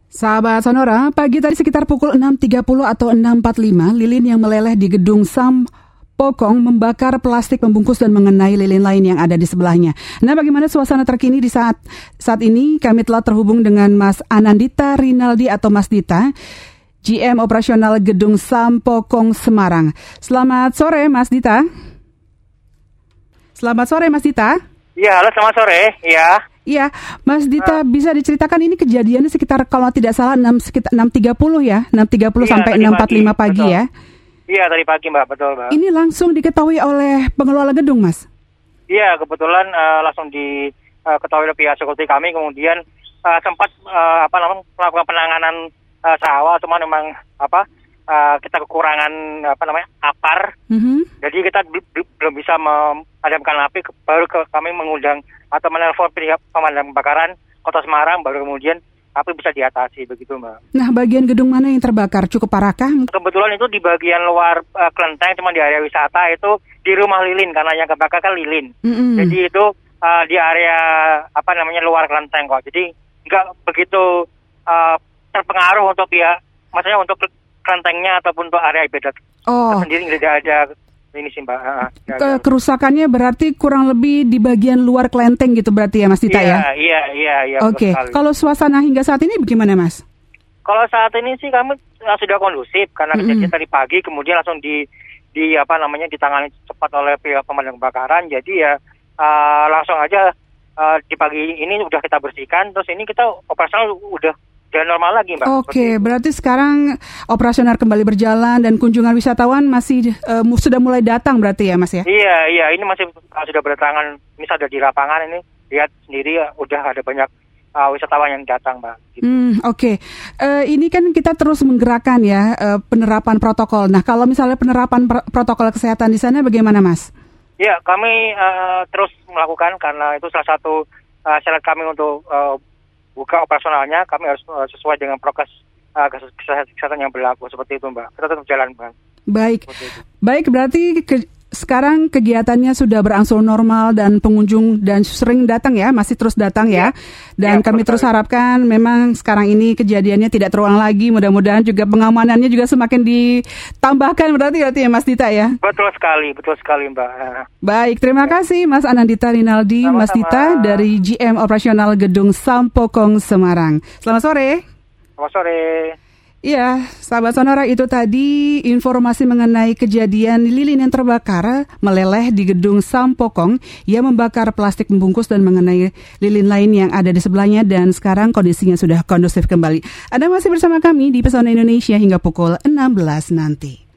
Sahabat Sonora, pagi tadi sekitar pukul 6.30 atau 6.45, lilin yang meleleh di gedung Sampokong membakar plastik pembungkus dan mengenai lilin lain yang ada di sebelahnya. Nah, bagaimana suasana terkini di saat ini? Kami telah terhubung dengan Mas Anandita Rinaldi atau Mas Dita, GM Operasional Gedung Sampokong Semarang. Selamat sore, Mas Dita. Selamat sore, Mas Dita. Ya, halo, selamat sore. Iya, Mas Dita, bisa diceritakan ini kejadiannya sekitar kalau tidak salah 6.30 ya, 6.30 sampai 6.45 pagi betul. Ya? Iya, tadi pagi Mbak, betul Mbak. Ini langsung diketahui oleh pengelola gedung, Mas? Iya, kebetulan langsung diketahui oleh pihak security kami, kemudian sempat melakukan penanganan seawal, cuma memang kita kekurangan apar, jadi kita belum bisa memadamkan api. Baru kami mengundang atau menelpon pihak pemadam kebakaran Kota Semarang, baru kemudian api bisa diatasi, begitu Mbak. Nah, bagian gedung mana yang terbakar? Cukup parakah? Kebetulan itu di bagian luar kelenteng, cuma di area wisata itu di rumah lilin, karena yang kebakar kan lilin. Jadi itu di area luar kelenteng kok. Jadi nggak begitu terpengaruh untuk pihak, maksudnya untuk kelentengnya ataupun untuk area ibadat sendiri tidak ada ini sih Mbak. Kerusakannya berarti kurang lebih di bagian luar kelenteng gitu berarti ya Mas Dita ya? Iya. Oke. Kalau suasana hingga saat ini bagaimana Mas? Kalau saat ini sih kami sudah kondusif karena kejadian tadi pagi, kemudian langsung ditangani cepat oleh pihak pemadam kebakaran. Jadi ya langsung aja di pagi ini udah kita bersihkan, terus ini kita operasional udah jalan normal lagi Mbak. Oke, berarti sekarang operasional kembali berjalan dan kunjungan wisatawan masih sudah mulai datang berarti ya Mas ya? Iya, ini masih sudah berdatangan, ini sudah di lapangan ini, lihat sendiri udah ada banyak wisatawan yang datang Mbak. Gitu. Oke. Ini kan kita terus menggerakkan ya penerapan protokol. Nah, kalau misalnya penerapan protokol kesehatan di sana bagaimana Mas? Ya, kami terus melakukan karena itu salah satu syarat kami untuk buka operasionalnya, kami harus sesuai dengan prokes kesehatan yang berlaku, seperti itu Mbak. Kita tetap jalan Mbak. Baik, berarti sekarang kegiatannya sudah berangsur normal dan pengunjung dan sering datang ya, masih terus datang ya. Dan kami terus harapkan memang sekarang ini kejadiannya tidak terulang lagi. Mudah-mudahan juga pengamanannya juga semakin ditambahkan berarti ya Mas Dita ya. Betul sekali Mbak. Baik, terima kasih Mas Anandita Rinaldi, Mas Dita dari GM Operasional Gedung Sampokong Semarang. Selamat sore. Selamat sore. Iya, sahabat Sonora, itu tadi informasi mengenai kejadian lilin yang terbakar meleleh di gedung Sampokong yang membakar plastik pembungkus dan mengenai lilin lain yang ada di sebelahnya, dan sekarang kondisinya sudah kondusif kembali. Anda masih bersama kami di Pesona Indonesia hingga pukul 16 nanti.